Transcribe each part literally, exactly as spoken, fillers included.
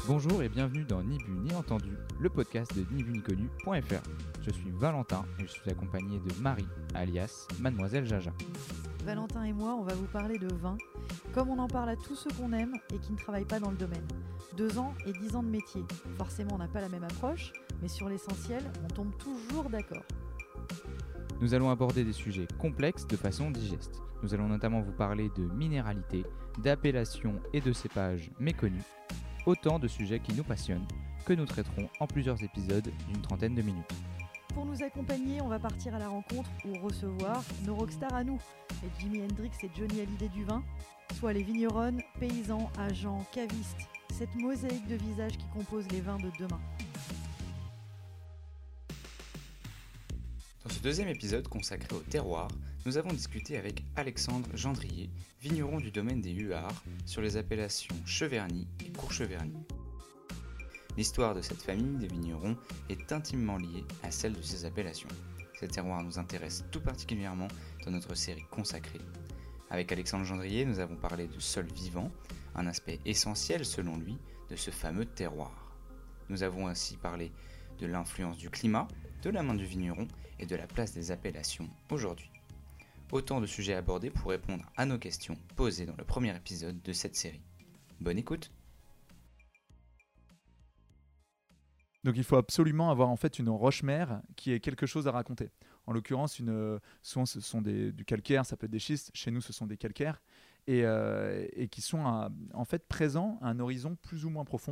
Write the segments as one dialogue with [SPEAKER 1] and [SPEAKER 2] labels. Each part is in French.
[SPEAKER 1] Bonjour et bienvenue dans Ni vu ni entendu, le podcast de ni vu ni connu point f r. Je suis Valentin et je suis accompagné de Marie, alias Mademoiselle Jaja.
[SPEAKER 2] Valentin et moi, on va vous parler de vin, comme on en parle à tous ceux qu'on aime et qui ne travaillent pas dans le domaine. Deux ans et dix ans de métier. Forcément, on n'a pas la même approche, mais sur l'essentiel, on tombe toujours d'accord.
[SPEAKER 1] Nous allons aborder des sujets complexes de façon digeste. Nous allons notamment vous parler de minéralité, d'appellations et de cépages méconnus. Autant de sujets qui nous passionnent, que nous traiterons en plusieurs épisodes d'une trentaine de minutes.
[SPEAKER 2] Pour nous accompagner, on va partir à la rencontre ou recevoir nos rockstars à nous, les Jimi Hendrix et Johnny Hallyday du vin, soit les vigneronnes, paysans, agents, cavistes, cette mosaïque de visages qui compose les vins de demain.
[SPEAKER 1] Dans ce deuxième épisode consacré au terroir, nous avons discuté avec Alexandre Gendrier, vigneron du domaine des Huards, sur les appellations Cheverny et Courcheverny. L'histoire de cette famille de vignerons est intimement liée à celle de ces appellations. Ces terroirs nous intéressent tout particulièrement dans notre série consacrée. Avec Alexandre Gendrier, nous avons parlé de sol vivant, un aspect essentiel selon lui de ce fameux terroir. Nous avons ainsi parlé de l'influence du climat, de la main du vigneron et de la place des appellations aujourd'hui. Autant de sujets abordés pour répondre à nos questions posées dans le premier épisode de cette série. Bonne écoute!
[SPEAKER 3] Donc il faut absolument avoir en fait une roche-mère qui ait quelque chose à raconter. En l'occurrence, une, souvent ce sont des, du calcaire, ça peut être des schistes, chez nous ce sont des calcaires, et, euh, et qui sont à, en fait présents à un horizon plus ou moins profond.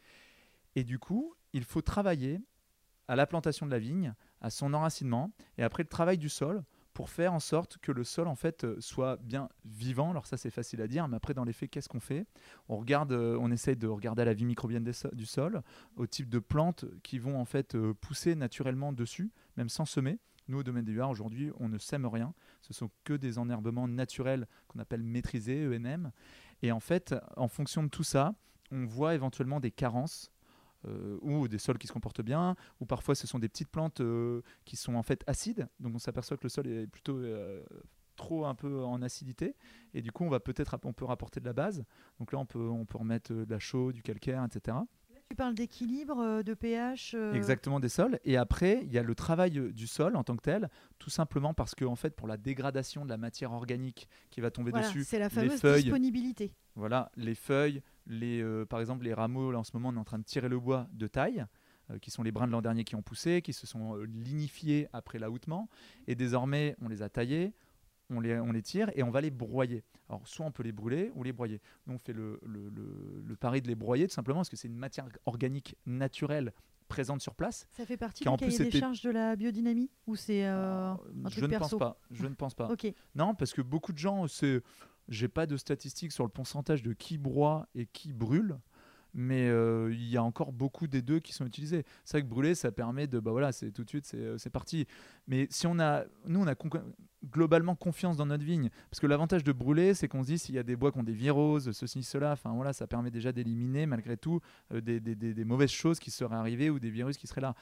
[SPEAKER 3] Et du coup, il faut travailler à la plantation de la vigne, à son enracinement, et après le travail du sol, pour faire en sorte que le sol en fait soit bien vivant. Alors ça c'est facile à dire, mais après dans les faits qu'est-ce qu'on fait ? On regarde, euh, on essaye de regarder à la vie microbienne des so- du sol, au type de plantes qui vont en fait euh, pousser naturellement dessus, même sans semer. Nous au domaine des Huards aujourd'hui on ne sème rien, ce sont que des enherbements naturels qu'on appelle maîtrisés, E N M. Et en fait en fonction de tout ça, on voit éventuellement des carences. Euh, ou des sols qui se comportent bien, ou parfois ce sont des petites plantes euh, qui sont en fait acides, donc on s'aperçoit que le sol est plutôt euh, trop un peu en acidité, et du coup on va peut-être on peut rapporter de la base, donc là on peut, on peut remettre de la chaux, du calcaire, et cetera.
[SPEAKER 2] Tu parles d'équilibre, de pH euh...
[SPEAKER 3] Exactement, des sols. Et après, il y a le travail du sol en tant que tel, tout simplement parce que en fait, pour la dégradation de la matière organique qui va tomber
[SPEAKER 2] voilà,
[SPEAKER 3] dessus,
[SPEAKER 2] c'est la fameuse
[SPEAKER 3] les feuilles,
[SPEAKER 2] disponibilité.
[SPEAKER 3] Voilà, les feuilles, les, euh, par exemple les rameaux, là en ce moment on est en train de tirer le bois de taille, euh, qui sont les brins de l'an dernier qui ont poussé, qui se sont euh, lignifiés après l'aoutement, et désormais on les a taillés, on les, on les tire et on va les broyer. Alors soit on peut les brûler ou les broyer. Nous on fait le, le, le, le pari de les broyer tout simplement parce que c'est une matière organique naturelle présente sur place.
[SPEAKER 2] Ça fait partie
[SPEAKER 3] qui
[SPEAKER 2] du
[SPEAKER 3] en
[SPEAKER 2] cahier
[SPEAKER 3] plus
[SPEAKER 2] des
[SPEAKER 3] était...
[SPEAKER 2] charges de la biodynamie ou c'est euh, un
[SPEAKER 3] je
[SPEAKER 2] truc
[SPEAKER 3] ne
[SPEAKER 2] perso?
[SPEAKER 3] pense pas. Je ne pense pas.
[SPEAKER 2] Okay.
[SPEAKER 3] Non, parce que beaucoup de gens, c'est... j'ai pas de statistiques sur le pourcentage de qui broie et qui brûle. Mais euh, il y a encore beaucoup des deux qui sont utilisés. C'est vrai que brûler, ça permet de, bah voilà, c'est tout de suite, c'est, c'est parti. Mais si on a, nous, on a con- globalement confiance dans notre vigne, parce que l'avantage de brûler, c'est qu'on se dit s'il y a des bois qui ont des viroses, ceci, cela, enfin voilà, ça permet déjà d'éliminer malgré tout euh, des, des, des, des mauvaises choses qui seraient arrivées ou des virus qui seraient là,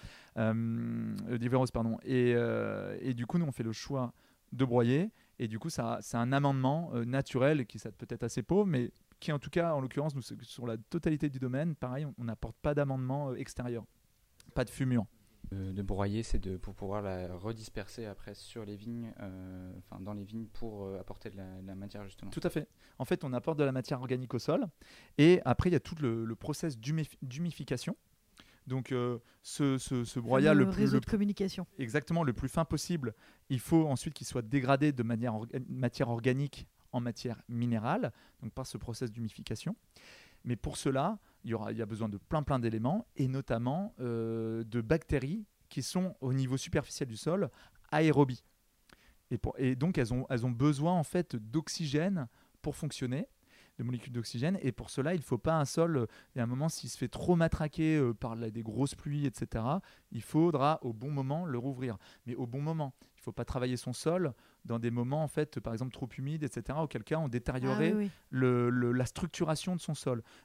[SPEAKER 3] euh, euh, des virus pardon. Et, euh, et du coup, nous, on fait le choix de broyer. Et du coup, ça, c'est un amendement euh, naturel qui ça peut être assez pauvre, mais qui en tout cas, en l'occurrence, nous, sur la totalité du domaine, pareil, on n'apporte pas d'amendement euh, extérieur, pas de fumure.
[SPEAKER 1] Euh, de broyer, c'est de, pour pouvoir la redisperser après sur les vignes, euh, enfin dans les vignes pour euh, apporter de la, de la matière justement.
[SPEAKER 3] Tout à fait. En fait, on apporte de la matière organique au sol, et après, il y a tout le, le process d'humif- d'humification. Donc, euh, ce, ce, ce broyat,
[SPEAKER 2] le,
[SPEAKER 3] le plus,
[SPEAKER 2] réseau
[SPEAKER 3] le,
[SPEAKER 2] de communication.
[SPEAKER 3] Exactement, le plus fin possible. Il faut ensuite qu'il soit dégradé de manière orga- matière organique en matière minérale, donc par ce process d'humification. Mais pour cela, il y, aura, il y a besoin de plein plein d'éléments, et notamment euh, de bactéries qui sont au niveau superficiel du sol aérobies. Et, pour, et donc elles ont, elles ont besoin en fait d'oxygène pour fonctionner, de molécules d'oxygène, et pour cela il ne faut pas un sol, il y a un moment s'il se fait trop matraquer euh, par la, des grosses pluies, et cetera, il faudra au bon moment le rouvrir, mais au bon moment. Il ne faut pas travailler son sol dans des moments en fait, par exemple trop humides, et cetera, auquel cas on détériorerait
[SPEAKER 2] ah, oui, oui.
[SPEAKER 3] le, le, la structuration de son sol. Mais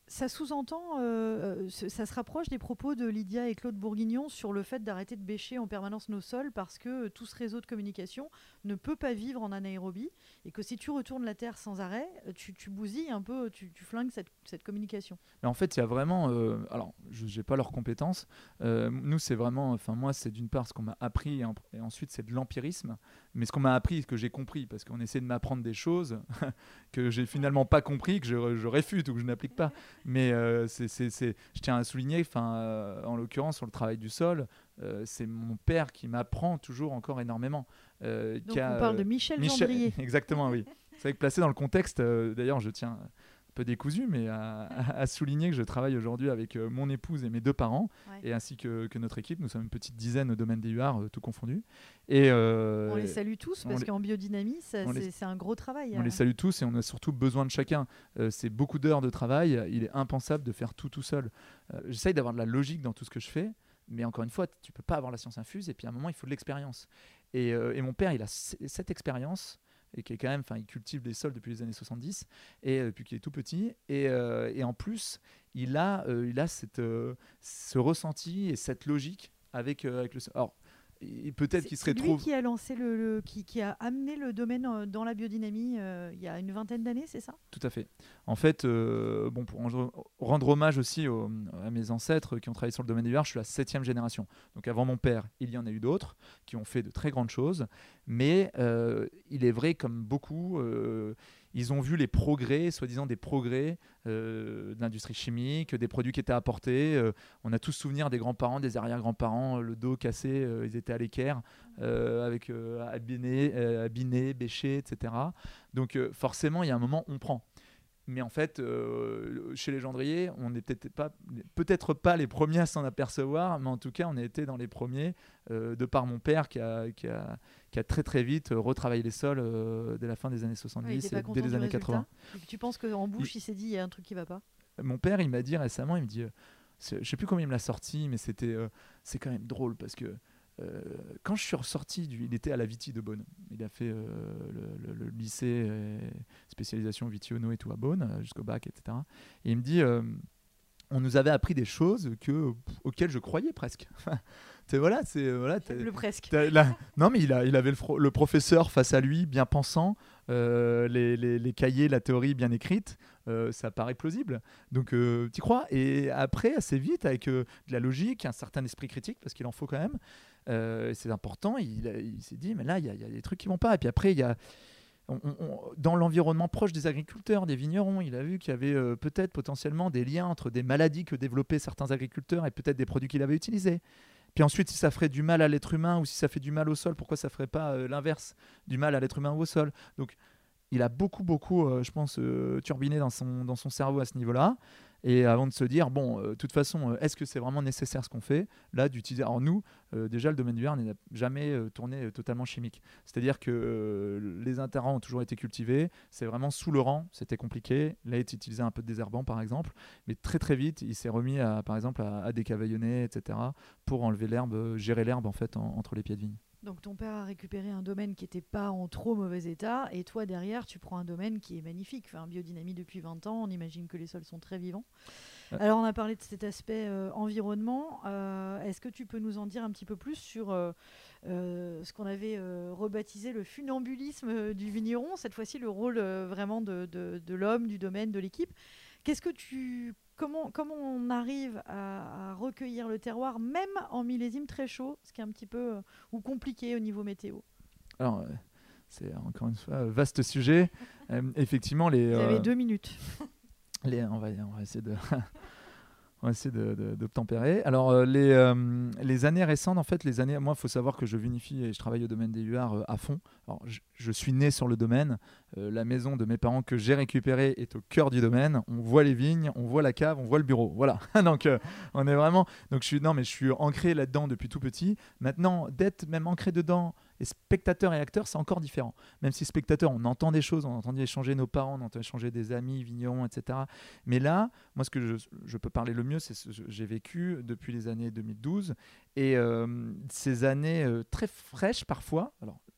[SPEAKER 2] Ça sous-entend, euh, ça se rapproche des propos de Lydia et Claude Bourguignon sur le fait d'arrêter de bêcher en permanence nos sols parce que tout ce réseau de communication ne peut pas vivre en anaérobie et que si tu retournes la terre sans arrêt, tu, tu bousilles un peu, tu, tu flingues cette, cette communication.
[SPEAKER 3] Mais en fait, il y a vraiment. Euh, alors, je n'ai pas leurs compétences. Euh, nous, c'est vraiment. Enfin, moi, c'est d'une part ce qu'on m'a appris et, en, et ensuite, c'est de l'empirisme. Mais ce qu'on m'a appris, ce que j'ai compris, parce qu'on essaie de m'apprendre des choses que j'ai finalement pas compris, que je, je réfute ou que je n'applique pas. Mais euh, c'est, c'est, c'est, je tiens à souligner, euh, en l'occurrence, sur le travail du sol, euh, c'est mon père qui m'apprend toujours encore énormément.
[SPEAKER 2] Euh, Donc, a, on parle de Michel, Michel Gendrier.
[SPEAKER 3] Exactement, oui. C'est vrai que placé dans le contexte, euh, d'ailleurs, je tiens un peu décousu, mais à, à, à souligner que je travaille aujourd'hui avec euh, mon épouse et mes deux parents, ouais. et ainsi que, que notre équipe. Nous sommes une petite dizaine au domaine des U R, euh, tout confondu. Et, euh,
[SPEAKER 2] on les salue tous, parce les, qu'en biodynamie, ça, c'est, les, c'est un gros travail.
[SPEAKER 3] On euh. les salue tous et on a surtout besoin de chacun. Euh, c'est beaucoup d'heures de travail. Il est impensable de faire tout tout seul. Euh, j'essaye d'avoir de la logique dans tout ce que je fais, mais encore une fois, tu ne peux pas avoir la science infuse, et puis à un moment, il faut de l'expérience. Et, euh, et mon père, il a c- cette expérience, et qui est quand même, enfin, il cultive des sols depuis les années soixante-dix, et euh, depuis qu'il est tout petit, et, euh, et en plus, il a, euh, il a cette, euh, ce ressenti et cette logique avec, euh, avec le sol. Alors, et peut-être
[SPEAKER 2] c'est,
[SPEAKER 3] qu'il serait
[SPEAKER 2] c'est lui
[SPEAKER 3] trop...
[SPEAKER 2] qui a lancé le, le qui, qui a amené le domaine dans la biodynamie euh, il y a une vingtaine d'années, c'est ça ?
[SPEAKER 3] Tout à fait. En fait, euh, bon, pour rendre hommage aussi aux, à mes ancêtres qui ont travaillé sur le domaine des U R, je suis la septième génération. Donc avant mon père, il y en a eu d'autres qui ont fait de très grandes choses, mais euh, il est vrai, comme beaucoup, euh, ils ont vu les progrès, soi-disant des progrès euh, de l'industrie chimique, des produits qui étaient apportés. Euh, on a tous souvenir des grands-parents, des arrière-grands-parents, le dos cassé, euh, ils étaient à l'équerre, euh, avec euh, abiné, euh, abiné, bêché, et cetera. Donc euh, forcément, il y a un moment, on prend. Mais en fait, euh, chez les Gendrier, on n'est peut-être pas, peut-être pas les premiers à s'en apercevoir, mais en tout cas, on a été dans les premiers, euh, de par mon père qui a, qui, a, qui a très très vite retravaillé les sols euh, dès la fin des années soixante-dix
[SPEAKER 2] ouais,
[SPEAKER 3] et dès les années
[SPEAKER 2] résultat.
[SPEAKER 3] quatre-vingts.
[SPEAKER 2] Et tu penses qu'en bouche, il... il s'est dit il y a un truc qui ne va pas ?
[SPEAKER 3] Mon père, il m'a dit récemment, il me dit, euh, je ne sais plus comment il me l'a sorti, mais c'était, euh, c'est quand même drôle parce que Euh, quand je suis ressorti, du, il était à la Viti de Beaune. Il a fait euh, le, le, le lycée euh, spécialisation Viti-Ono et tout à Beaune, euh, jusqu'au bac, et cetera. Et il me dit, euh, on nous avait appris des choses que, pff, auxquelles je croyais presque. C'est, voilà, c'est, voilà,
[SPEAKER 2] le presque.
[SPEAKER 3] La, non, mais il, a, il avait le, fro- le professeur face à lui, bien pensant, euh, les, les, les cahiers, la théorie bien écrite. Euh, ça paraît plausible. Donc, euh, tu crois ? Et après, assez vite, avec euh, de la logique, un certain esprit critique, parce qu'il en faut quand même, euh, c'est important, il, il s'est dit, mais là, il y, y a des trucs qui vont pas. Et puis après, il y a... On, on, dans l'environnement proche des agriculteurs, des vignerons, il a vu qu'il y avait euh, peut-être potentiellement des liens entre des maladies que développaient certains agriculteurs et peut-être des produits qu'il avait utilisés. Puis ensuite, si ça ferait du mal à l'être humain ou si ça fait du mal au sol, pourquoi ça ne ferait pas euh, l'inverse, du mal à l'être humain ou au sol ? Donc, il a beaucoup, beaucoup, euh, je pense, euh, turbiné dans son, dans son cerveau à ce niveau-là. Et avant de se dire, bon, de euh, toute façon, euh, est-ce que c'est vraiment nécessaire ce qu'on fait ? Là, d'utiliser. Alors, nous, euh, déjà, le domaine du verre n'a jamais euh, tourné euh, totalement chimique. C'est-à-dire que euh, les interrants ont toujours été cultivés. C'est vraiment sous le rang, c'était compliqué. Là, il est utilisé un peu de désherbant, par exemple. Mais très, très vite, il s'est remis, à, par exemple, à, à décavaillonner, et cetera, pour enlever l'herbe, euh, gérer l'herbe, en fait, en, entre les pieds de vigne.
[SPEAKER 2] Donc ton père a récupéré un domaine qui n'était pas en trop mauvais état, et toi derrière tu prends un domaine qui est magnifique. Enfin, biodynamie depuis vingt ans, on imagine que les sols sont très vivants. Ouais. Alors on a parlé de cet aspect euh, environnement, euh, est-ce que tu peux nous en dire un petit peu plus sur euh, euh, ce qu'on avait euh, rebaptisé le funambulisme du vigneron, cette fois-ci le rôle euh, vraiment de, de, de l'homme, du domaine, de l'équipe. Qu'est-ce que tu... Comment, comment on arrive à, à recueillir le terroir, même en millésime très chaud, ce qui est un petit peu euh, ou compliqué au niveau météo ?
[SPEAKER 3] Alors, euh, c'est encore une fois un vaste sujet. euh, effectivement, les.
[SPEAKER 2] Vous avez
[SPEAKER 3] euh,
[SPEAKER 2] deux minutes.
[SPEAKER 3] Les, on, va, on va essayer de. On va essayer de, de, d'obtempérer. Alors, euh, les, euh, les années récentes, en fait, les années, moi, il faut savoir que je vinifie et je travaille au domaine des U R euh, à fond. Alors, je, je suis né sur le domaine. Euh, la maison de mes parents que j'ai récupérée est au cœur du domaine. On voit les vignes, on voit la cave, on voit le bureau. Voilà. Donc, euh, on est vraiment. Donc, je suis, non, mais je suis ancré là-dedans depuis tout petit. Maintenant, d'être même ancré dedans et spectateur et acteur, c'est encore différent. Même si spectateur, on entend des choses, on entend échanger nos parents, on entend échanger des amis, vignerons, et cetera. Mais là, moi, ce que je, je peux parler le mieux, c'est ce que j'ai vécu depuis les années deux mille douze. Et euh, ces années euh, très fraîches parfois, alors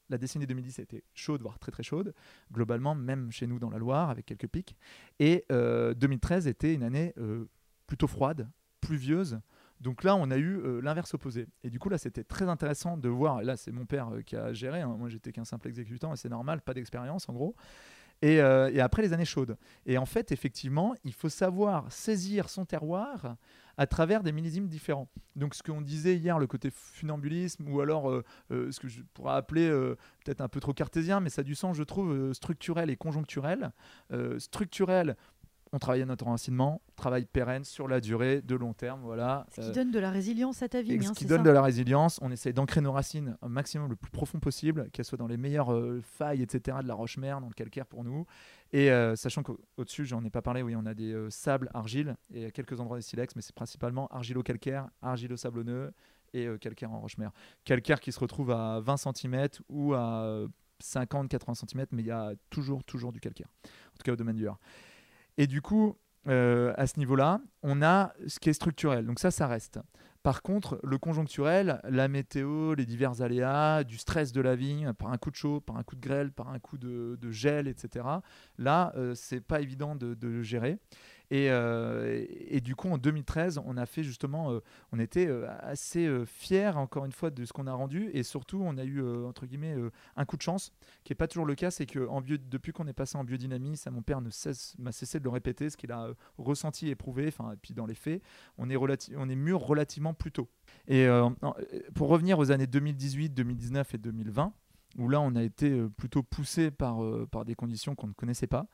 [SPEAKER 3] la décennie deux mille dix a été chaude, voire très très chaude, globalement, même chez nous dans la Loire, avec quelques pics. Et euh, deux mille treize était une année euh, plutôt froide, pluvieuse. Donc là, on a eu euh, l'inverse opposé. Et du coup, là, c'était très intéressant de voir. Là, c'est mon père euh, qui a géré. Hein. Moi, j'étais qu'un simple exécutant et c'est normal, pas d'expérience en gros. Et, euh, et après les années chaudes. Et en fait, effectivement, il faut savoir saisir son terroir à travers des millésimes différents. Donc, ce qu'on disait hier, le côté funambulisme, ou alors euh, euh, ce que je pourrais appeler euh, peut-être un peu trop cartésien, mais ça a du sens, je trouve, euh, structurel et conjoncturel. Euh, structurel, on travaille à notre enracinement, travail pérenne sur la durée, de long terme, voilà.
[SPEAKER 2] Ce qui euh, donne de la résilience à ta vigne.
[SPEAKER 3] Ce
[SPEAKER 2] hein,
[SPEAKER 3] qui
[SPEAKER 2] c'est
[SPEAKER 3] donne
[SPEAKER 2] ça
[SPEAKER 3] de la résilience. On essaye d'ancrer nos racines un maximum le plus profond possible, qu'elles soient dans les meilleures euh, failles, et cetera, de la roche-mère, dans le calcaire pour nous. Et euh, sachant qu'au-dessus, j'en ai pas parlé, oui, on a des euh, sables, argiles, et à quelques endroits des silex, mais c'est principalement argilo-calcaire, argilo-sablonneux et euh, calcaire en roche-mère. Calcaire qui se retrouve à vingt centimètres ou à cinquante à quatre-vingts centimètres, mais il y a toujours, toujours du calcaire, en tout cas au domaine du Var. Et du coup, euh, à ce niveau-là, on a ce qui est structurel. Donc ça, ça reste. Par contre, le conjoncturel, la météo, les divers aléas, du stress de la vigne, par un coup de chaud, par un coup de grêle, par un coup de, de gel, et cetera. Là, euh, c'est pas évident de, de gérer. Et, euh, et, et du coup, en deux mille treize, on a fait justement, euh, on était euh, assez euh, fiers, encore une fois, de ce qu'on a rendu. Et surtout, on a eu, euh, entre guillemets, euh, un coup de chance, qui n'est pas toujours le cas. C'est que en bio, depuis qu'on est passé en biodynamie, ça, mon père ne cesse, m'a cessé de le répéter, ce qu'il a euh, ressenti, éprouvé, enfin, et puis dans les faits, on est, relati- on est mûr relativement plus tôt. Et euh, pour revenir aux années deux mille dix-huit, deux mille dix-neuf et deux mille vingt, où là, on a été plutôt poussé par, euh, par des conditions qu'on ne connaissait pas.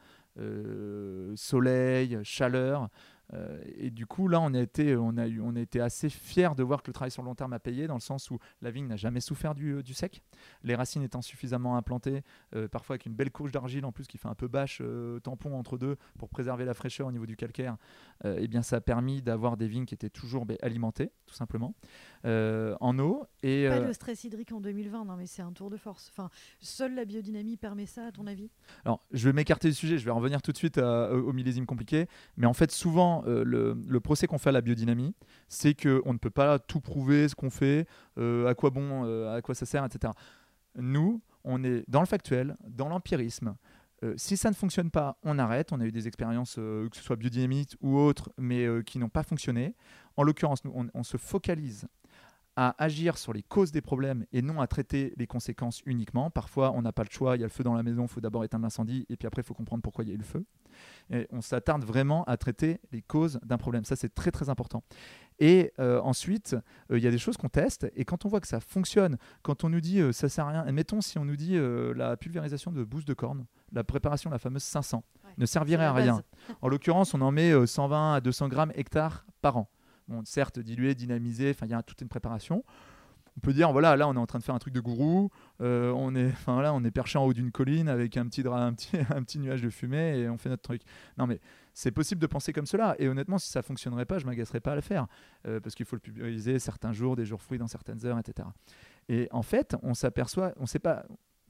[SPEAKER 3] Euh, soleil, chaleur. Euh, et du coup, là, on a, été, on, a eu, on a été assez fiers de voir que le travail sur le long terme a payé, dans le sens où la vigne n'a jamais souffert du, du sec. Les racines étant suffisamment implantées, euh, parfois avec une belle couche d'argile en plus qui fait un peu bâche, euh, tampon entre deux, pour préserver la fraîcheur au niveau du calcaire, euh, et bien, ça a permis d'avoir des vignes qui étaient toujours bah, alimentées, tout simplement, euh, en eau. Et,
[SPEAKER 2] Pas
[SPEAKER 3] euh,
[SPEAKER 2] de stress hydrique en deux mille vingt, non, mais c'est un tour de force. Enfin, seule la biodynamie permet ça, à ton avis ?
[SPEAKER 3] Alors, je vais m'écarter du sujet, je vais revenir tout de suite à, au millésime compliqué, mais en fait, souvent, euh, le, le procès qu'on fait à la biodynamie, c'est qu'on ne peut pas tout prouver ce qu'on fait, euh, à quoi bon, euh, à quoi ça sert, et cetera. Nous, on est dans le factuel, dans l'empirisme. Euh, si ça ne fonctionne pas, on arrête. On a eu des expériences, euh, que ce soit biodynamiques ou autres, mais euh, qui n'ont pas fonctionné. En l'occurrence, nous, on, on se focalise à agir sur les causes des problèmes et non à traiter les conséquences uniquement. Parfois, on n'a pas le choix, il y a le feu dans la maison, il faut d'abord éteindre l'incendie et puis après, il faut comprendre pourquoi il y a eu le feu. Et on s'attarde vraiment à traiter les causes d'un problème. Ça, c'est très, très important. Et euh, ensuite, il euh, y a des choses qu'on teste et quand on voit que ça fonctionne, quand on nous dit euh, ça sert à rien, admettons si on nous dit euh, la pulvérisation de bouse de corne, la préparation, la fameuse cinq cents, ouais, ne servirait à rien. En l'occurrence, on en met euh, cent vingt à deux cents grammes hectares par an. Bon, certes, dilué, dynamisé, enfin, il y a toute une préparation. On peut dire, voilà, là, on est en train de faire un truc de gourou. Euh, on est, enfin, là, on est perché en haut d'une colline avec un petit, un, petit, un petit nuage de fumée et on fait notre truc. Non, mais c'est possible de penser comme cela. Et honnêtement, si ça ne fonctionnerait pas, je ne m'agacerais pas à le faire. Euh, parce qu'il faut le pulvériser certains jours, des jours fruits dans certaines heures, et cetera. Et en fait, on s'aperçoit, on ne sait pas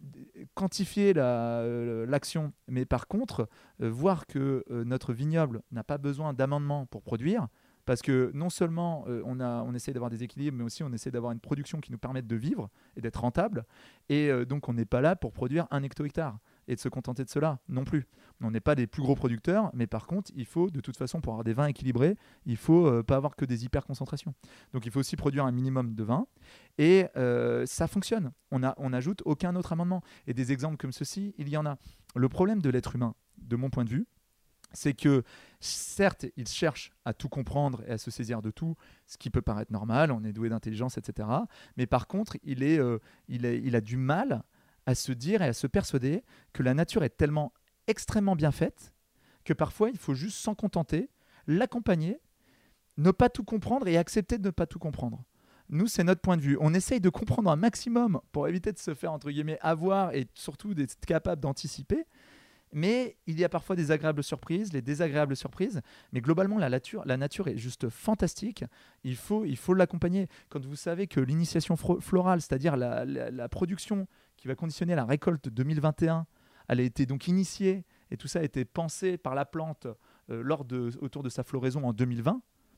[SPEAKER 3] quantifier la, euh, l'action, mais par contre, euh, voir que euh, notre vignoble n'a pas besoin d'amendement pour produire. Parce que non seulement euh, on, a, on essaie d'avoir des équilibres, mais aussi on essaie d'avoir une production qui nous permette de vivre et d'être rentable. Et euh, donc on n'est pas là pour produire un hecto-hectare et de se contenter de cela non plus. On n'est pas des plus gros producteurs, mais par contre, il faut de toute façon, pour avoir des vins équilibrés, il ne faut euh, pas avoir que des hyper-concentrations. Donc il faut aussi produire un minimum de vin. Et euh, ça fonctionne. On n'ajoute aucun autre amendement. Et des exemples comme ceci, il y en a. Le problème de l'être humain, de mon point de vue, c'est que certes, il cherche à tout comprendre et à se saisir de tout, ce qui peut paraître normal, on est doué d'intelligence, et cetera. Mais par contre, il, est, euh, il, est, il a du mal à se dire et à se persuader que la nature est tellement extrêmement bien faite que parfois, il faut juste s'en contenter, l'accompagner, ne pas tout comprendre et accepter de ne pas tout comprendre. Nous, c'est notre point de vue. On essaye de comprendre un maximum pour éviter de se faire, entre guillemets, avoir et surtout d'être capable d'anticiper. Mais il y a parfois des agréables surprises, les désagréables surprises. Mais globalement, la nature, la nature est juste fantastique. Il faut, il faut l'accompagner. Quand vous savez que l'initiation florale, c'est-à-dire la, la, la production qui va conditionner la récolte deux mille vingt et un, elle a été donc initiée et tout ça a été pensé par la plante euh, lors de, autour de sa floraison en deux mille vingt.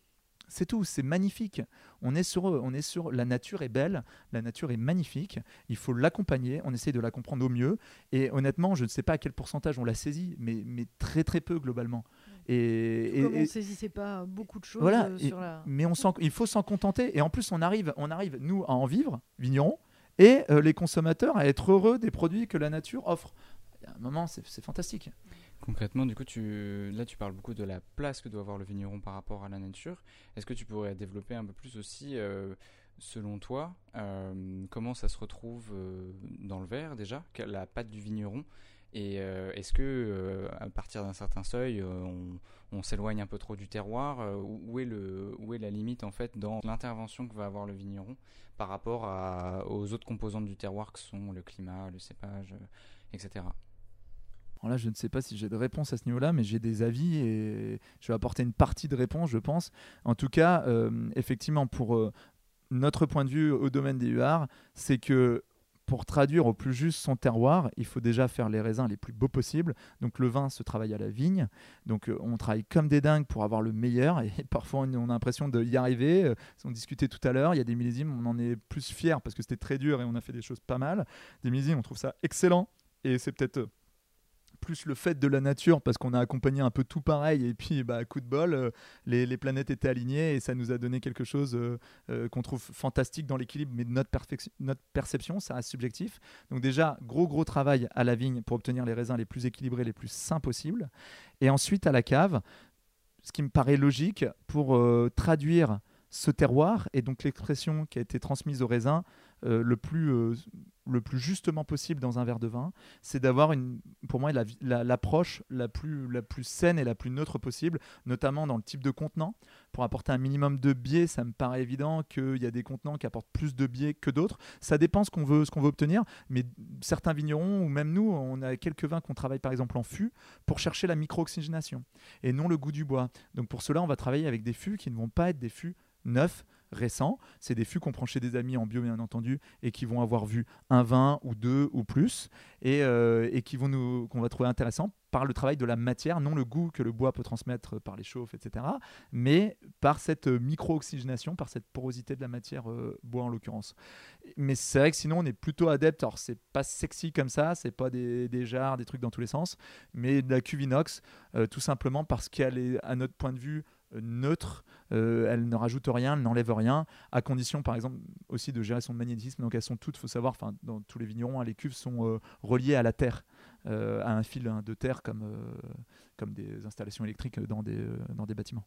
[SPEAKER 3] C'est tout, c'est magnifique. On est, sur, on est sur la nature est belle, la nature est magnifique. Il faut l'accompagner, on essaye de la comprendre au mieux. Et honnêtement, je ne sais pas à quel pourcentage on la saisit, mais, mais très très peu globalement.
[SPEAKER 2] Et, et, comme on ne saisissait pas beaucoup de choses
[SPEAKER 3] voilà,
[SPEAKER 2] euh,
[SPEAKER 3] et,
[SPEAKER 2] sur la...
[SPEAKER 3] Mais on il faut s'en contenter. Et en plus, on arrive, on arrive nous, à en vivre, vignerons, et euh, les consommateurs à être heureux des produits que la nature offre. À un moment, c'est, c'est fantastique.
[SPEAKER 1] Concrètement, du coup, tu, là, tu parles beaucoup de la place que doit avoir le vigneron par rapport à la nature. Est-ce que tu pourrais développer un peu plus aussi, euh, selon toi, euh, comment ça se retrouve euh, dans le verre déjà, la patte du vigneron? Et euh, est-ce que euh, à partir d'un certain seuil, euh, on, on s'éloigne un peu trop du terroir? euh, où, est le, où est la limite en fait dans l'intervention que va avoir le vigneron par rapport à, aux autres composantes du terroir que sont le climat, le cépage, euh, et cetera.
[SPEAKER 3] Alors là, je ne sais pas si j'ai de réponse à ce niveau-là, mais j'ai des avis et je vais apporter une partie de réponse, je pense. En tout cas, euh, effectivement, pour euh, notre point de vue au domaine des huards, c'est que pour traduire au plus juste son terroir, il faut déjà faire les raisins les plus beaux possibles. Donc le vin se travaille à la vigne. Donc euh, on travaille comme des dingues pour avoir le meilleur. Et parfois on a l'impression d'y arriver. Euh, on discutait tout à l'heure, il y a des millésimes, on en est plus fiers parce que c'était très dur et on a fait des choses pas mal. Des millésimes, on trouve ça excellent. Et c'est peut-être... Euh, plus le fait de la nature parce qu'on a accompagné un peu tout pareil et puis bah, coup de bol euh, les, les planètes étaient alignées et ça nous a donné quelque chose euh, euh, qu'on trouve fantastique dans l'équilibre, mais de notre, perfec- notre perception ça reste subjectif. Donc déjà gros gros travail à la vigne pour obtenir les raisins les plus équilibrés, les plus sains possibles, et ensuite à la cave, ce qui me paraît logique pour euh, traduire ce terroir et donc l'expression qui a été transmise au raisin euh, le plus euh, le plus justement possible dans un verre de vin, c'est d'avoir une, pour moi la, la, l'approche la plus, la plus saine et la plus neutre possible, notamment dans le type de contenant. Pour apporter un minimum de biais, ça me paraît évident qu'il y a des contenants qui apportent plus de biais que d'autres. Ça dépend ce qu'on veut, ce qu'on veut obtenir, mais certains vignerons, ou même nous, on a quelques vins qu'on travaille par exemple en fût pour chercher la micro-oxygénation et non le goût du bois. Donc pour cela, on va travailler avec des fûts qui ne vont pas être des fûts neufs, récents. C'est des fûts qu'on prend chez des amis en bio bien entendu et qui vont avoir vu un vin ou deux ou plus et, euh, et qui vont nous, qu'on va trouver intéressant par le travail de la matière, non le goût que le bois peut transmettre par les chauffes, et cetera, mais par cette micro-oxygénation, par cette porosité de la matière euh, bois en l'occurrence. Mais c'est vrai que sinon on est plutôt adepte, alors c'est pas sexy comme ça, c'est pas des, des jarres, des trucs dans tous les sens, mais de la cuve inox, euh, tout simplement parce qu'elle est à notre point de vue neutre, euh, elle ne rajoute rien, elle n'enlève rien, à condition par exemple aussi de gérer son magnétisme. Donc elles sont toutes, il faut savoir, dans tous les vignerons, hein, les cuves sont euh, reliées à la terre, euh, à un fil hein, de terre comme, euh, comme des installations électriques dans des, euh, dans des bâtiments.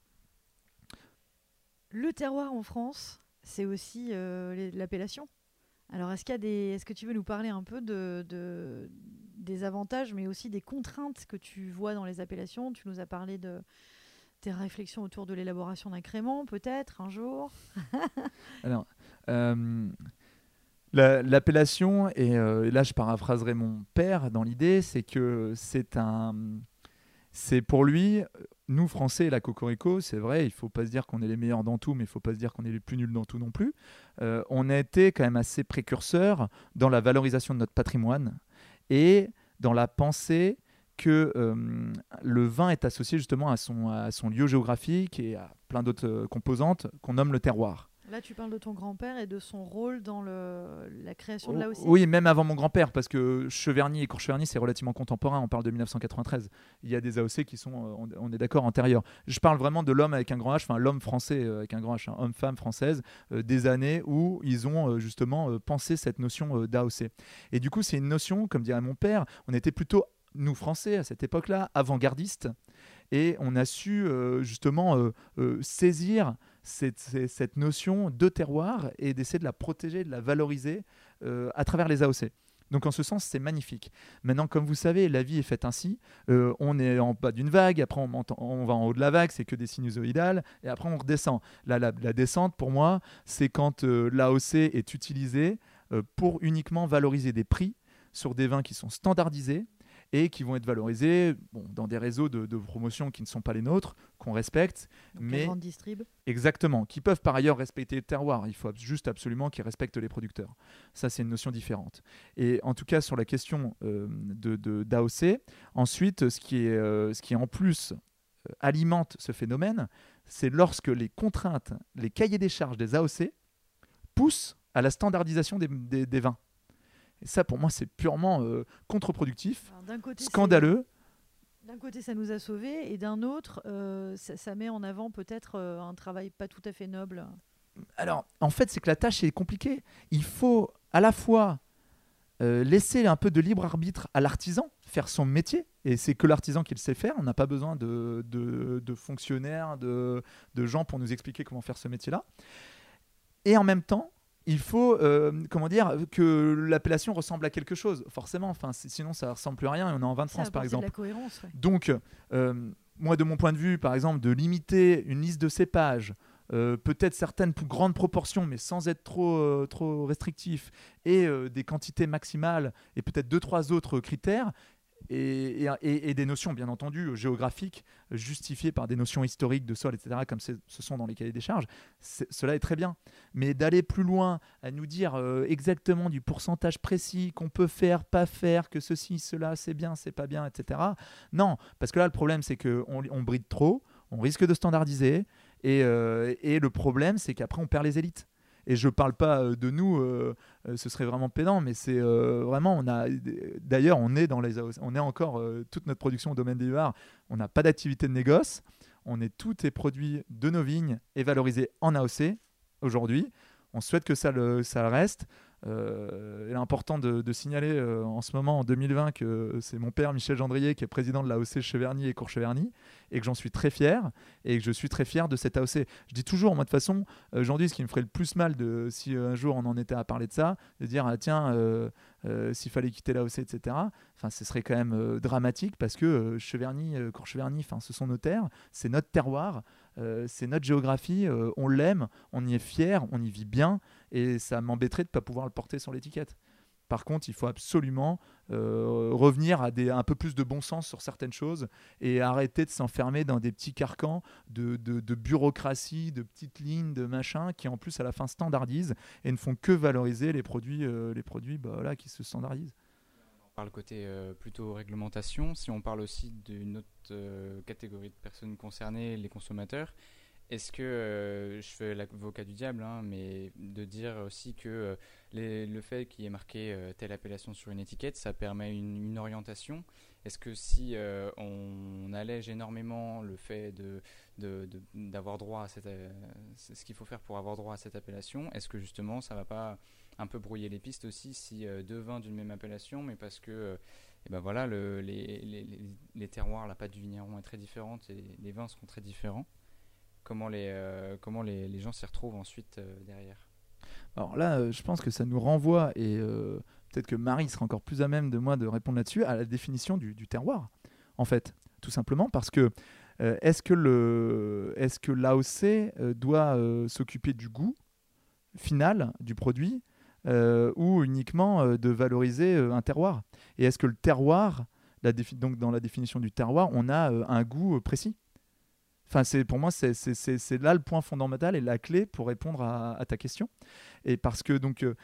[SPEAKER 2] Le terroir en France, c'est aussi euh, les, l'appellation. Alors est-ce, qu'il y a des, est-ce que tu veux nous parler un peu de, de, des avantages mais aussi des contraintes que tu vois dans les appellations? Tu nous as parlé de tes réflexions autour de l'élaboration d'un crément, peut-être, un jour.
[SPEAKER 3] Alors, euh, la, l'appellation, et, euh, et là je paraphraserai mon père dans l'idée, c'est que c'est un... C'est pour lui, nous Français, la Cocorico, c'est vrai, il ne faut pas se dire qu'on est les meilleurs dans tout, mais il ne faut pas se dire qu'on est les plus nuls dans tout non plus. Euh, on a été quand même assez précurseurs dans la valorisation de notre patrimoine et dans la pensée que euh, le vin est associé justement à son, à son lieu géographique et à plein d'autres euh, composantes qu'on nomme le terroir.
[SPEAKER 2] Là, tu parles de ton grand-père et de son rôle dans le, la création de
[SPEAKER 3] l'A
[SPEAKER 2] l'A O C.
[SPEAKER 3] Oui, même avant mon grand-père, parce que Cheverny et Courcheverny, c'est relativement contemporain, on parle de dix-neuf cent quatre-vingt-treize. Il y a des A O C qui sont, on, on est d'accord, antérieurs. Je parle vraiment de l'homme avec un grand H, enfin l'homme français avec un grand H, hein, homme-femme française, euh, des années où ils ont euh, justement euh, pensé cette notion euh, d'A O C. Et du coup, c'est une notion, comme dirait mon père, on était plutôt, nous Français, à cette époque-là, avant-gardistes, et on a su euh, justement euh, euh, saisir cette, cette notion de terroir et d'essayer de la protéger, de la valoriser euh, à travers les A O C. Donc en ce sens, c'est magnifique. Maintenant, comme vous savez, la vie est faite ainsi. Euh, on est en bas d'une vague, après on, monte, on va en haut de la vague, c'est que des sinusoïdales, et après on redescend. Là, la, la descente, pour moi, c'est quand euh, l'A O C est utilisé euh, pour uniquement valoriser des prix sur des vins qui sont standardisés, et qui vont être valorisés bon, dans des réseaux de, de promotion qui ne sont pas les nôtres, qu'on respecte.
[SPEAKER 2] Donc
[SPEAKER 3] mais
[SPEAKER 2] la grande distrib.
[SPEAKER 3] Exactement, qui peuvent par ailleurs respecter le terroir. Il faut juste absolument qu'ils respectent les producteurs. Ça, c'est une notion différente. Et en tout cas, sur la question euh, de, de, d'A O C, ensuite, ce qui est, euh, ce qui en plus euh, alimente ce phénomène, c'est lorsque les contraintes, les cahiers des charges des A O C poussent à la standardisation des, des, des vins. Et ça, pour moi, c'est purement euh, contre-productif,
[SPEAKER 2] Alors, d'un côté,
[SPEAKER 3] scandaleux.
[SPEAKER 2] c'est- D'un côté, ça nous a sauvés, et d'un autre, euh, ça, ça met en avant peut-être euh, un travail pas tout à fait noble.
[SPEAKER 3] Alors, en fait, c'est que la tâche est compliquée. Il faut à la fois euh, laisser un peu de libre arbitre à l'artisan, faire son métier, et c'est que l'artisan qui le sait faire. On n'a pas besoin de, de, de fonctionnaires, de, de gens pour nous expliquer comment faire ce métier-là. Et en même temps, il faut euh, comment dire, que l'appellation ressemble à quelque chose, forcément. Enfin, c'est- sinon, ça ne ressemble plus à rien. Et on est en vin de
[SPEAKER 2] Ça
[SPEAKER 3] France, par
[SPEAKER 2] apporter de
[SPEAKER 3] exemple.
[SPEAKER 2] la cohérence. Ouais.
[SPEAKER 3] Donc, euh, moi, de mon point de vue, par exemple, de limiter une liste de cépages, euh, peut-être certaines p- grandes proportions, mais sans être trop, euh, trop restrictif, et euh, des quantités maximales, et peut-être deux, trois autres critères, et, et- et- et des notions, bien entendu, géographiques, justifiées par des notions historiques de sol, et cetera, comme c'est- ce sont dans les cahiers des charges, c'est- cela est très bien. Mais d'aller plus loin, à nous dire euh, exactement du pourcentage précis qu'on peut faire, pas faire, que ceci, cela, c'est bien, c'est pas bien, et cetera. Non, parce que là, le problème, c'est qu'on on bride trop, on risque de standardiser, et, euh, et le problème, c'est qu'après, on perd les élites. Et je parle pas euh, de nous, euh, euh, ce serait vraiment pédant, mais c'est euh, vraiment, on a, d'ailleurs, on est dans les, A O C, on est encore euh, toute notre production au domaine des U A R, on n'a pas d'activité de négoce, on est tout est produit de nos vignes et valorisé en A O C aujourd'hui. On souhaite que ça le, ça le reste. Euh, il est important de, de signaler euh, en ce moment, en deux mille vingt, que c'est mon père Michel Gendrier qui est président de l'A O C Cheverny et Courcheverny, et que j'en suis très fier, et que je suis très fier de cette A O C. Je dis toujours, moi de toute façon, euh, aujourd'hui, ce qui me ferait le plus mal, de, si euh, un jour on en était à parler de ça, de dire, ah, tiens, euh, euh, s'il fallait quitter l'A O C, et cetera, enfin, ce serait quand même euh, dramatique, parce que euh, Cheverny, euh, Courcheverny, enfin, ce sont nos terres, c'est notre terroir, euh, c'est notre géographie, euh, on l'aime, on y est fier, on y vit bien, et ça m'embêterait de ne pas pouvoir le porter sur l'étiquette. Par contre, il faut absolument euh, revenir à des, un peu plus de bon sens sur certaines choses et arrêter de s'enfermer dans des petits carcans de, de, de bureaucratie, de petites lignes, de machin, qui en plus à la fin standardisent et ne font que valoriser les produits, euh, les produits bah, voilà, qui se standardisent.
[SPEAKER 1] Par le côté euh, plutôt réglementation, si on parle aussi d'une autre euh, catégorie de personnes concernées, les consommateurs, est-ce que, euh, je fais l'avocat du diable, hein, mais de dire aussi que euh, les- le fait qu'il y ait marqué euh, telle appellation sur une étiquette, ça permet une, une orientation. Est-ce que si euh, on allège énormément le fait de, de- de- d'avoir droit à cette, euh, c'est ce qu'il faut faire pour avoir droit à cette appellation, est-ce que justement ça va pas un peu brouiller les pistes aussi si euh, deux vins d'une même appellation, mais parce que euh, eh ben voilà, le- les, les- les- les terroirs, la pâte du vigneron est très différente et les vins seront très différents. Comment les, euh, comment les, les gens s'y retrouvent ensuite euh, derrière.
[SPEAKER 3] Alors là, euh, je pense que ça nous renvoie, et euh, peut-être que Marie sera encore plus à même de moi de répondre là-dessus, à la définition du, du terroir, en fait. Tout simplement parce que euh, est-ce que, le, est-ce que l'A O C euh, doit euh, s'occuper du goût final du produit euh, ou uniquement euh, de valoriser euh, un terroir? Et est-ce que le terroir, la défi- donc dans la définition du terroir, on a euh, un goût euh, précis? Enfin, c'est, pour moi, c'est, c'est, c'est, c'est là le point fondamental et la clé pour répondre à, à ta question. Et parce que, donc, euh,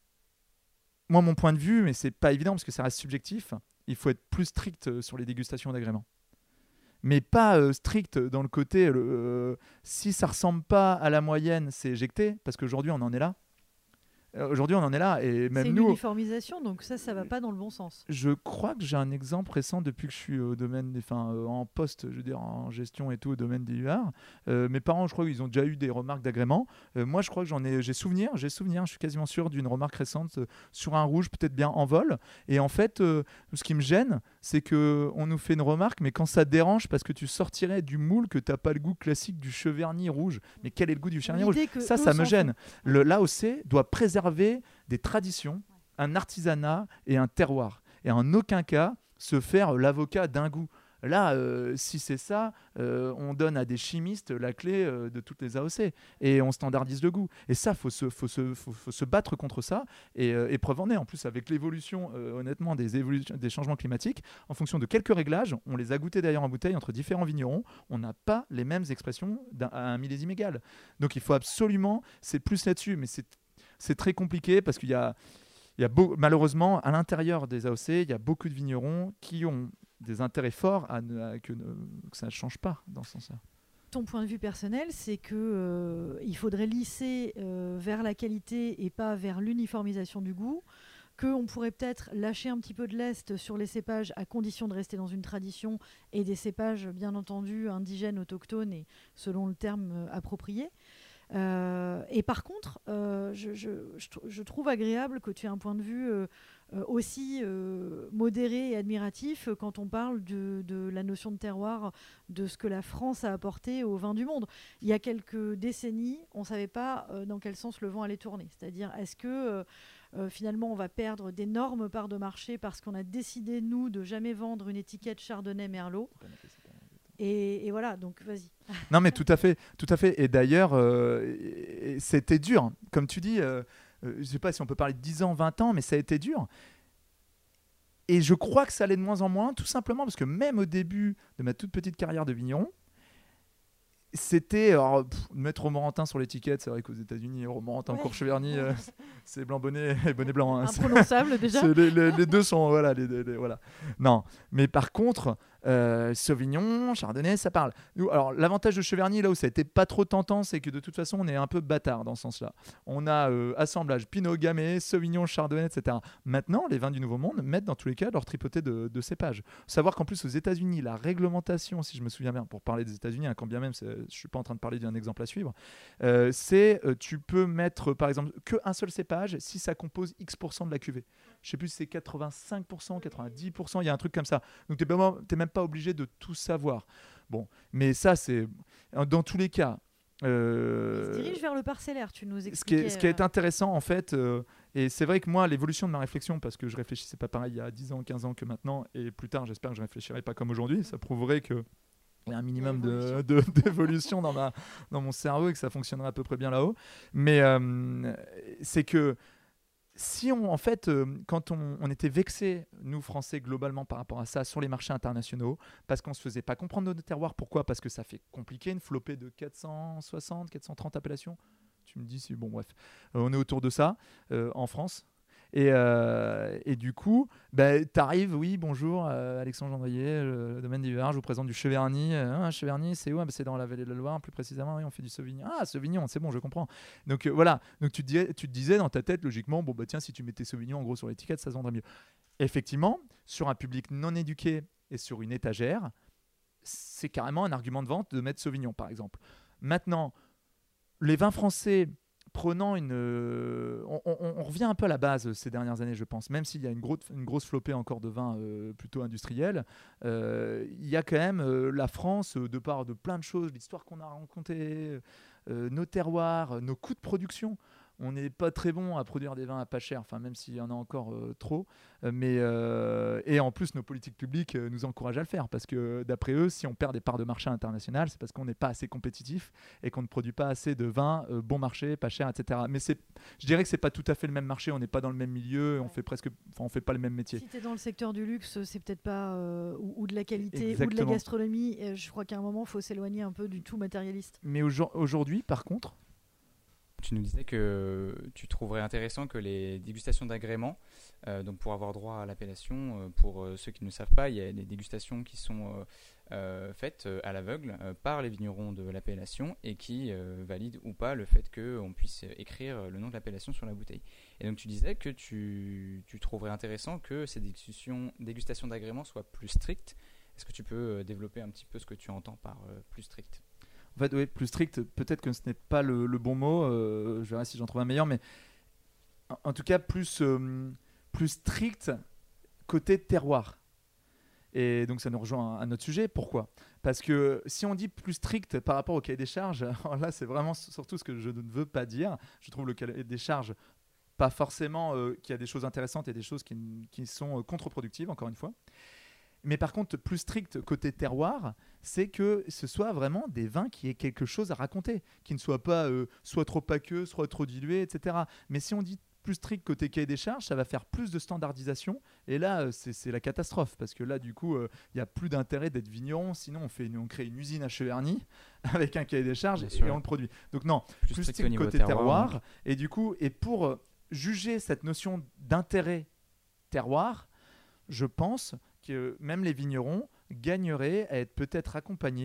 [SPEAKER 3] moi, mon point de vue, mais c'est pas évident parce que ça reste subjectif, il faut être plus strict euh, sur les dégustations d'agréments. Mais pas euh, strict dans le côté, euh, si ça ressemble pas à la moyenne, c'est éjecté, parce qu'aujourd'hui, on en est là. Euh, Aujourd'hui, on en est là, et
[SPEAKER 2] C'est
[SPEAKER 3] même
[SPEAKER 2] une
[SPEAKER 3] nous,
[SPEAKER 2] uniformisation, donc ça, ça va pas dans le bon sens.
[SPEAKER 3] je crois que j'ai un exemple récent depuis que je suis au domaine, des, enfin, euh, en poste, je veux dire, en gestion et tout, au domaine des U A R. Euh, mes parents, je crois qu'ils ont déjà eu des remarques d'agrément. Euh, moi, je crois que j'en ai, j'ai souvenir, j'ai souvenir, je suis quasiment sûr d'une remarque récente euh, sur un rouge, peut-être bien en vol. Et en fait, euh, ce qui me gêne, c'est que on nous fait une remarque, mais quand ça dérange, parce que tu sortirais du moule que t'as pas le goût classique du cheverny rouge. Mais quel est le goût du cheverny rouge?
[SPEAKER 2] L'idée que
[SPEAKER 3] Ça,
[SPEAKER 2] eux
[SPEAKER 3] ça me
[SPEAKER 2] s'en
[SPEAKER 3] gêne. Le, L'A O C doit préserver des traditions, un artisanat et un terroir. Et en aucun cas se faire l'avocat d'un goût. Là, euh, si c'est ça, euh, on donne à des chimistes la clé euh, de toutes les A O C et on standardise le goût. Et ça, faut se, faut se, faut, faut se battre contre ça. Et, euh, et preuve en est, en plus, avec l'évolution, euh, honnêtement, des, évolutions, des changements climatiques, en fonction de quelques réglages, on les a goûtés d'ailleurs en bouteille entre différents vignerons, on n'a pas les mêmes expressions d'un, à un millésime égal. Donc il faut absolument, c'est plus là-dessus, mais c'est, c'est très compliqué parce qu'il y a, il y a beau, malheureusement, à l'intérieur des A O C, il y a beaucoup de vignerons qui ont des intérêts forts à, ne, à que, ne, que ça ne change pas dans ce sens-là.
[SPEAKER 2] ton point de vue personnel, c'est que euh, il faudrait lisser euh, vers la qualité et pas vers l'uniformisation du goût, qu'on pourrait peut-être lâcher un petit peu de lest sur les cépages à condition de rester dans une tradition et des cépages bien entendu indigènes, autochtones et selon le terme euh, approprié. Euh, et par contre, euh, je, je, je, je trouve agréable que tu aies un point de vue euh, euh, aussi euh, modéré et admiratif quand on parle de, de la notion de terroir, de ce que la France a apporté au vin du monde. Il y a quelques décennies, on ne savait pas euh, dans quel sens le vent allait tourner. C'est-à-dire, est-ce que euh, euh, finalement on va perdre d'énormes parts de marché parce qu'on a décidé, nous, de jamais vendre une étiquette Chardonnay-Merlot. Et, et voilà, donc vas-y.
[SPEAKER 3] Non, mais tout à fait, tout à fait. Et d'ailleurs, euh, c'était dur. Comme tu dis, euh, euh, je ne sais pas si on peut parler de dix ans, vingt ans, mais ça a été dur. Et je crois que ça allait de moins en moins, tout simplement parce que même au début de ma toute petite carrière de vigneron, c'était alors, pff, mettre Romorantin sur l'étiquette. C'est vrai qu'aux États-Unis, Romorantin,
[SPEAKER 2] Ouais.
[SPEAKER 3] Courcheverny, euh, c'est blanc bonnet et bonnet blanc. Hein.
[SPEAKER 2] Imprononçable déjà.
[SPEAKER 3] C'est les, les, les deux sont voilà, les, les, les- voilà. Non, mais par contre, euh, Sauvignon, Chardonnay, ça parle. Nous, alors l'avantage de Cheverny là où ça a été pas trop tentant, c'est que de toute façon on est un peu bâtard dans ce sens-là. On a euh, assemblage Pinot, Gamay, Sauvignon, Chardonnay, et cetera. Maintenant, les vins du Nouveau Monde mettent dans tous les cas leur tripoté de, de cépages. Savoir qu'en plus aux États-Unis, la réglementation, si je me souviens bien, pour parler des États-Unis, hein, quand bien même, c'est- je suis pas en train de parler d'un exemple à suivre, euh, c'est euh, tu peux mettre par exemple que un seul cépage si ça compose X pour cent de la cuvée. Je sais plus si c'est quatre-vingt-cinq pour cent, quatre-vingt-dix pour cent, il y a un truc comme ça. Donc tu n'es même pas obligé de tout savoir. Bon, mais ça c'est dans tous les cas. euh,
[SPEAKER 2] Il se dirige vers le parcellaire, tu nous
[SPEAKER 3] ce qui,
[SPEAKER 2] expliquais.
[SPEAKER 3] est, ce qui est
[SPEAKER 2] euh,
[SPEAKER 3] intéressant en fait, euh, et c'est vrai que moi l'évolution de ma réflexion, parce que je réfléchissais pas pareil il y a dix ans, quinze ans que maintenant, et plus tard j'espère que je réfléchirai pas comme aujourd'hui, ça prouverait que il y a un minimum de- de- d'évolution dans, ma, dans mon cerveau et que ça fonctionnerait à peu près bien là-haut. Mais euh, c'est que si on, en fait, euh, quand on, on était vexés, nous Français globalement par rapport à ça, sur les marchés internationaux, parce qu'on se faisait pas comprendre nos terroirs, pourquoi? Parce que ça fait compliqué une flopée de quatre cent soixante, quatre cent trente appellations. Tu me dis si, bon bref, Euh, on est autour de ça euh, en France. Et, euh, et du coup, bah, tu arrives, oui, bonjour, euh, Alexandre Gendrier, le, le domaine des Huards, je vous présente du Cheverny. Euh, ah, Cheverny, c'est où? Ah, bah, c'est dans la vallée de la Loire, plus précisément, oui, on fait du Sauvignon. Ah, Sauvignon, c'est bon, je comprends. Donc euh, voilà, donc tu te, disais, tu te disais dans ta tête, logiquement, bon, bah tiens, si tu mettais Sauvignon en gros sur l'étiquette, ça se vendrait mieux. Effectivement, sur un public non éduqué et sur une étagère, c'est carrément un argument de vente de mettre Sauvignon, par exemple. Maintenant, les vins français prenant une... euh, on, on- on revient un peu à la base ces dernières années, je pense. Même s'il y a une, gros- une grosse flopée encore de vins euh, plutôt industriels, euh, il y a quand même euh, la France, euh, de part de plein de choses, l'histoire qu'on a racontée, euh, nos terroirs, euh, nos coûts de production. On n'est pas très bon à produire des vins à pas cher, enfin, même s'il y en a encore euh, trop. Euh, mais, euh, et en plus, nos politiques publiques euh, nous encouragent à le faire parce que d'après eux, si on perd des parts de marché internationales, c'est parce qu'on n'est pas assez compétitif et qu'on ne produit pas assez de vins euh, bon marché, pas cher, et cetera. Mais c'est, je dirais que c'est pas tout à fait le même marché. On n'est pas dans le même milieu, on
[SPEAKER 2] Ouais.
[SPEAKER 3] fait presque, enfin, on fait pas le même métier.
[SPEAKER 2] Si tu es dans le secteur du luxe, c'est peut-être pas. euh, ou, ou de la qualité, ou de la
[SPEAKER 3] Exactement.
[SPEAKER 2] gastronomie. euh, je crois qu'à un moment, il faut s'éloigner un peu du tout matérialiste.
[SPEAKER 3] Mais aujourd- aujourd'hui, par contre,
[SPEAKER 1] Tu nous disais que tu trouverais intéressant que les dégustations d'agrément, euh, donc pour avoir droit à l'appellation, euh, pour euh, ceux qui ne le savent pas, il y a des dégustations qui sont euh, euh, faites euh, à l'aveugle euh, par les vignerons de l'appellation et qui euh, valident ou pas le fait qu'on puisse écrire le nom de l'appellation sur la bouteille. Et donc tu disais que tu, tu trouverais intéressant que ces dégustations, dégustations d'agrément soient plus strictes. Est-ce que tu peux euh, développer un petit peu ce que tu entends par euh, plus strict?
[SPEAKER 3] en fait, oui, plus strict, peut-être que ce n'est pas le, le bon mot. euh, je verrai si j'en trouve un meilleur, mais en, en tout cas, plus, euh, plus strict côté terroir. Et donc ça nous rejoint à notre sujet. Pourquoi? Parce que si on dit plus strict par rapport au cahier des charges, alors là c'est vraiment surtout ce que je ne veux pas dire. Je trouve le cahier des charges pas forcément euh, qu'il y a des choses intéressantes et des choses qui, qui sont euh, contre-productives, encore une fois. Mais par contre, plus strict côté terroir, c'est que ce soit vraiment des vins qui aient quelque chose à raconter, qui ne soient pas euh, soit trop aqueux, soit trop dilués, et cetera. Mais si on dit plus strict côté cahier des charges, ça va faire plus de standardisation. Et là, euh, c'est, c'est la catastrophe. Parce que là, du coup, il euh, n'y a plus d'intérêt d'être vigneron. Sinon, on, fait une, on crée une usine à Cheverny avec un cahier des charges
[SPEAKER 1] Bien
[SPEAKER 3] et,
[SPEAKER 1] sûr.
[SPEAKER 3] et on le produit. Donc non,
[SPEAKER 1] Plus
[SPEAKER 3] plus
[SPEAKER 1] strict
[SPEAKER 3] strict
[SPEAKER 1] au niveau
[SPEAKER 3] côté
[SPEAKER 1] terroir,
[SPEAKER 3] terroir.
[SPEAKER 1] donc.
[SPEAKER 3] Et du coup, et pour euh, juger cette notion d'intérêt terroir, je pense que même les vignerons gagneraient à être peut-être accompagnés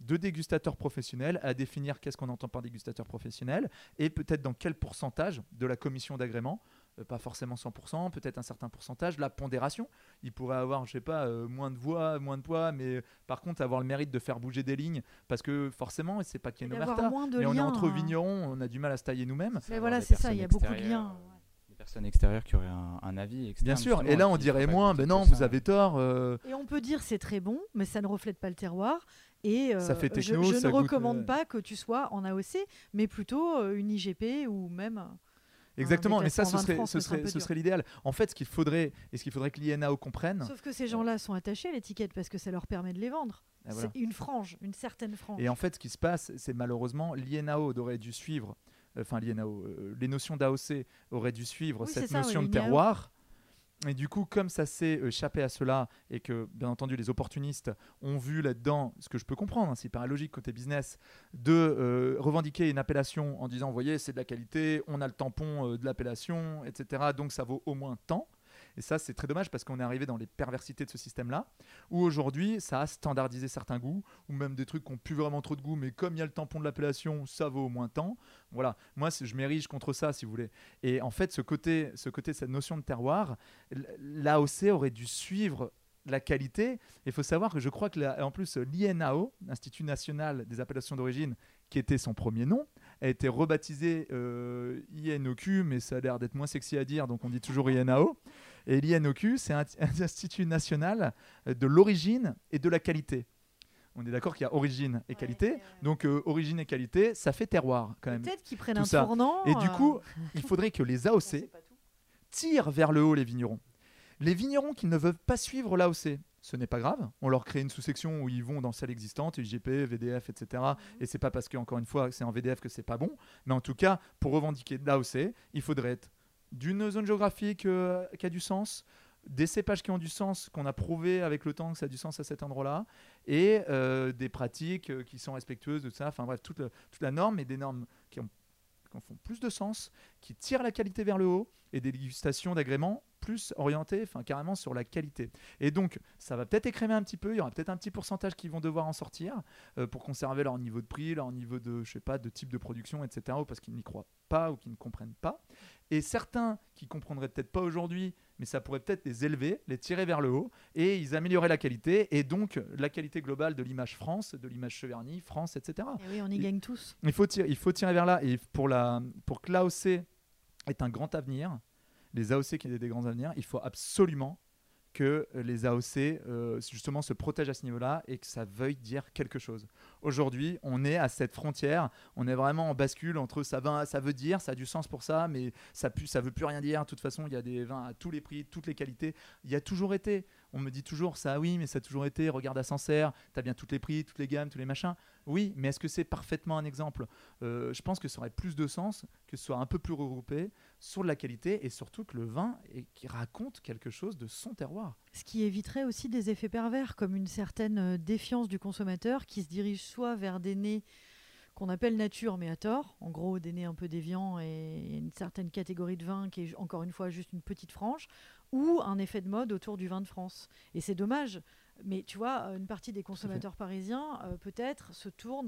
[SPEAKER 3] de dégustateurs professionnels à définir qu'est-ce qu'on entend par dégustateur professionnel et peut-être dans quel pourcentage de la commission d'agrément, euh, pas forcément cent pour cent, peut-être un certain pourcentage, la pondération. Il pourrait avoir, je sais pas, euh, moins de voix, moins de poids, mais euh, par contre avoir le mérite de faire bouger des lignes parce que forcément, c'est pas qu'il y ait une omerta, mais on est entre
[SPEAKER 2] hein.
[SPEAKER 3] vignerons, on a du mal à se tailler nous-mêmes.
[SPEAKER 2] Mais voilà, c'est ça, il y a beaucoup de liens.
[SPEAKER 1] Des personnes extérieures qui auraient un, un avis externe.
[SPEAKER 3] Bien sûr, et là on dirait moins, ben non,
[SPEAKER 1] ça.
[SPEAKER 3] vous avez tort. Euh...
[SPEAKER 2] Et on peut dire c'est très bon, mais ça ne reflète pas le terroir. Et euh,
[SPEAKER 3] ça fait techno,
[SPEAKER 2] je, je
[SPEAKER 3] ça
[SPEAKER 2] ne
[SPEAKER 3] goûte,
[SPEAKER 2] recommande
[SPEAKER 3] euh...
[SPEAKER 2] pas que tu sois en A O C, mais plutôt euh, une I G P ou même.
[SPEAKER 3] Exactement, mais ça, ce serait,
[SPEAKER 2] France,
[SPEAKER 3] ce serait, ce serait l'idéal. En fait, ce qu'il faudrait, et ce qu'il faudrait que l'I N A O comprenne.
[SPEAKER 2] Sauf que ces gens-là sont attachés à l'étiquette parce que ça leur permet de les vendre.
[SPEAKER 3] Ah, voilà.
[SPEAKER 2] C'est une frange, une certaine frange.
[SPEAKER 3] Et en fait, ce qui se passe, c'est malheureusement, l'I N A O aurait dû suivre, enfin l'I N A O, euh, les notions d'A O C auraient dû suivre
[SPEAKER 2] oui,
[SPEAKER 3] cette
[SPEAKER 2] ça,
[SPEAKER 3] notion
[SPEAKER 2] oui,
[SPEAKER 3] de terroir. Et du coup, comme ça s'est échappé à cela et que, bien entendu, les opportunistes ont vu là-dedans, ce que je peux comprendre, hein, c'est paraît logique côté business, de euh, revendiquer une appellation en disant, vous voyez, c'est de la qualité, on a le tampon euh, de l'appellation, et cetera. Donc ça vaut au moins tant. Et ça, c'est très dommage parce qu'on est arrivé dans les perversités de ce système-là, où aujourd'hui, ça a standardisé certains goûts, ou même des trucs qui n'ont plus vraiment trop de goût, mais comme il y a le tampon de l'appellation, ça vaut au moins tant. Voilà, moi, je m'érige contre ça, si vous voulez. Et en fait, ce côté, ce côté, cette notion de terroir, l'A O C aurait dû suivre la qualité. Il faut savoir que je crois que, la, en plus, l'I N A O, l'Institut National des Appellations d'Origine, qui était son premier nom, a été rebaptisé euh, I N O Q, mais ça a l'air d'être moins sexy à dire, donc on dit toujours I N A O. Et l'I N O Q, c'est un, un institut national de l'origine et de la qualité. On est d'accord qu'il y a origine et qualité. Ouais, ouais, ouais. Donc, euh, origine et qualité, ça fait terroir quand même.
[SPEAKER 2] Peut-être qu'ils prennent un ça. tournant.
[SPEAKER 3] Et euh... du coup, il faudrait que les A O C tirent vers le haut les vignerons. Les vignerons qui ne veulent pas suivre l'A O C, ce n'est pas grave. On leur crée une sous-section où ils vont dans celles existantes, I G P, V D F, et cetera. Mmh. Et c'est pas parce qu'encore une fois, c'est en V D F que c'est pas bon. Mais en tout cas, pour revendiquer de l'A O C, il faudrait être d'une zone géographique euh, qui a du sens, des cépages qui ont du sens, qu'on a prouvé avec le temps que ça a du sens à cet endroit-là, et euh, des pratiques euh, qui sont respectueuses de ça. Enfin bref, toute, le, toute la norme, et des normes qui, ont, qui font plus de sens, qui tirent la qualité vers le haut, et des dégustations d'agréments plus orientées, enfin carrément sur la qualité. Et donc, ça va peut-être écrémer un petit peu, il y aura peut-être un petit pourcentage qui vont devoir en sortir euh, pour conserver leur niveau de prix, leur niveau de, je sais pas, de type de production, et cetera, ou parce qu'ils n'y croient pas ou qu'ils ne comprennent pas. Et certains qui comprendraient peut-être pas aujourd'hui, mais ça pourrait peut-être les élever, les tirer vers le haut, et ils amélioreraient la qualité, et donc la qualité globale de l'image France, de l'image Cheverny, France, et cetera.
[SPEAKER 2] Et oui, on y et gagne tous.
[SPEAKER 3] Il faut tirer, il faut tirer vers là, et pour, la, pour que l'A O C est un grand avenir, les A O C qui ont des grands avenirs, il faut absolument que les A O C euh, justement se protègent à ce niveau-là et que ça veuille dire quelque chose. Aujourd'hui, on est à cette frontière, on est vraiment en bascule entre ça, va, ça veut dire, ça a du sens pour ça, mais ça ne ça veut plus rien dire. De toute façon, il y a des vins à tous les prix, toutes les qualités. Il y a toujours été, on me dit toujours ça, oui, mais ça a toujours été, regarde à Sancerre, tu as bien tous les prix, toutes les gammes, tous les machins. Oui, mais est-ce que c'est parfaitement un exemple ? euh, Je pense que ça aurait plus de sens que ce soit un peu plus regroupé sur de la qualité et surtout que le vin est, qui raconte quelque chose de son terroir.
[SPEAKER 2] Ce qui éviterait aussi des effets pervers, comme une certaine défiance du consommateur qui se dirige soit vers des nez qu'on appelle nature, mais à tort, en gros des nez un peu déviants et une certaine catégorie de vin qui est encore une fois juste une petite frange, ou un effet de mode autour du vin de France. Et c'est dommage, mais tu vois, une partie des consommateurs parisiens euh, peut-être se tournent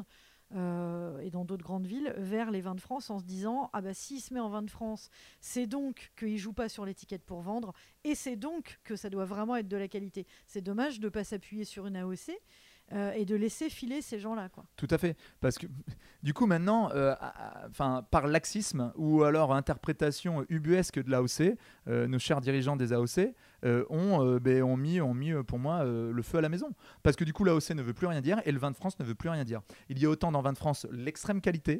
[SPEAKER 2] Euh, et dans d'autres grandes villes, vers les vins de France en se disant ah bah s'il se met en vin de France, c'est donc qu'il ne joue pas sur l'étiquette pour vendre et c'est donc que ça doit vraiment être de la qualité. C'est dommage de ne pas s'appuyer sur une A O C euh, et de laisser filer ces gens-là, quoi.
[SPEAKER 3] Tout à fait, parce que du coup maintenant, euh, enfin par laxisme ou alors interprétation ubuesque de l'A O C, euh, nos chers dirigeants des A O C euh, ont, euh, ben, ont, mis, ont mis pour moi euh, le feu à la maison. Parce que du coup l'A O C ne veut plus rien dire et le vin de France ne veut plus rien dire. Il y a autant dans vin de France l'extrême qualité,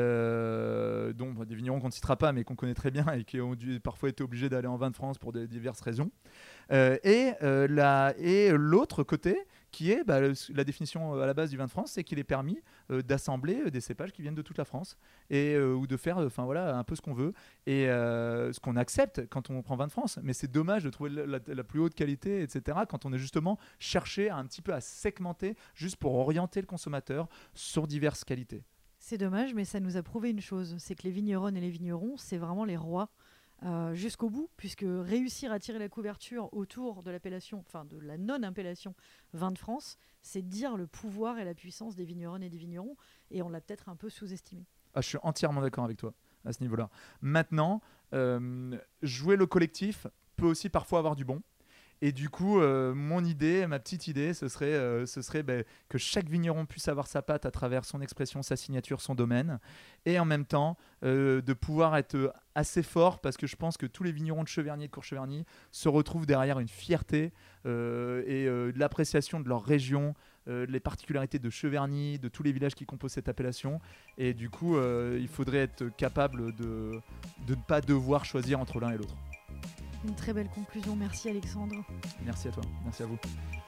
[SPEAKER 3] euh, dont des vignerons qu'on ne citera pas mais qu'on connaît très bien et qui ont dû, parfois été obligés d'aller en vin de France pour de diverses raisons. Euh, et, euh, la, et l'autre côté qui est bah, le, la définition à la base du vin de France, c'est qu'il est permis euh, d'assembler euh, des cépages qui viennent de toute la France et, euh, ou de faire enfin, voilà, un peu ce qu'on veut et euh, ce qu'on accepte quand on prend vin de France. Mais c'est dommage de trouver la, la, la plus haute qualité, et cetera, quand on a justement cherché à, un petit peu à segmenter juste pour orienter le consommateur sur diverses qualités.
[SPEAKER 2] C'est dommage, mais ça nous a prouvé une chose, c'est que les vigneronnes et les vignerons, c'est vraiment les rois euh, jusqu'au bout, puisque réussir à tirer la couverture autour de l'appellation, enfin de la non-appellation vin de France, c'est dire le pouvoir et la puissance des vigneronnes et des vignerons, et on l'a peut-être un peu sous-estimé.
[SPEAKER 3] Ah, je suis entièrement d'accord avec toi à ce niveau-là. Maintenant, euh, jouer le collectif peut aussi parfois avoir du bon. Et du coup, euh, mon idée, ma petite idée, ce serait, euh, ce serait bah, que chaque vigneron puisse avoir sa patte à travers son expression, sa signature, son domaine. Et en même temps, euh, de pouvoir être assez fort, parce que je pense que tous les vignerons de Cheverny et de Courcheverny se retrouvent derrière une fierté euh, et euh, de l'appréciation de leur région, euh, les particularités de Cheverny, de tous les villages qui composent cette appellation. Et du coup, euh, il faudrait être capable de, de ne pas devoir choisir entre l'un et l'autre.
[SPEAKER 2] Une très belle conclusion. Merci Alexandre.
[SPEAKER 3] Merci à toi. Merci à vous.